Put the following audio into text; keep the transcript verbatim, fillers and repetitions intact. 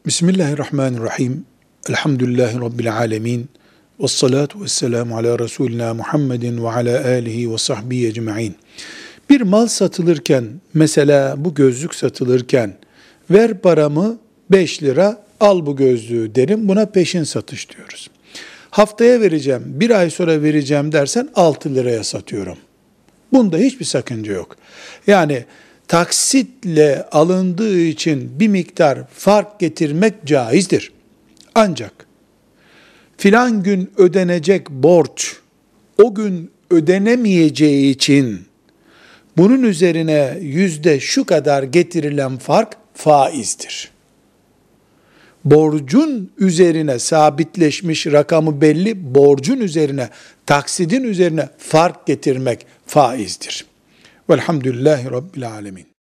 Bismillahirrahmanirrahim. Elhamdülillahi Rabbil alemin. Vessalatu vesselamu ala Resulina Muhammedin ve ala alihi ve sahbihi ecma'in. Bir mal satılırken, mesela bu gözlük satılırken, ver paramı beş lira, al bu gözlüğü derim. Buna peşin satış diyoruz. Haftaya vereceğim, bir ay sonra vereceğim dersen altı liraya satıyorum. Bunda hiçbir sakınca yok. Yani taksitle alındığı için bir miktar fark getirmek caizdir. Ancak filan gün ödenecek borç o gün ödenemeyeceği için bunun üzerine yüzde şu kadar getirilen fark faizdir. Borcun üzerine sabitleşmiş rakamı belli, borcun üzerine, taksidin üzerine fark getirmek faizdir. Velhamdülillahi Rabbil alemin.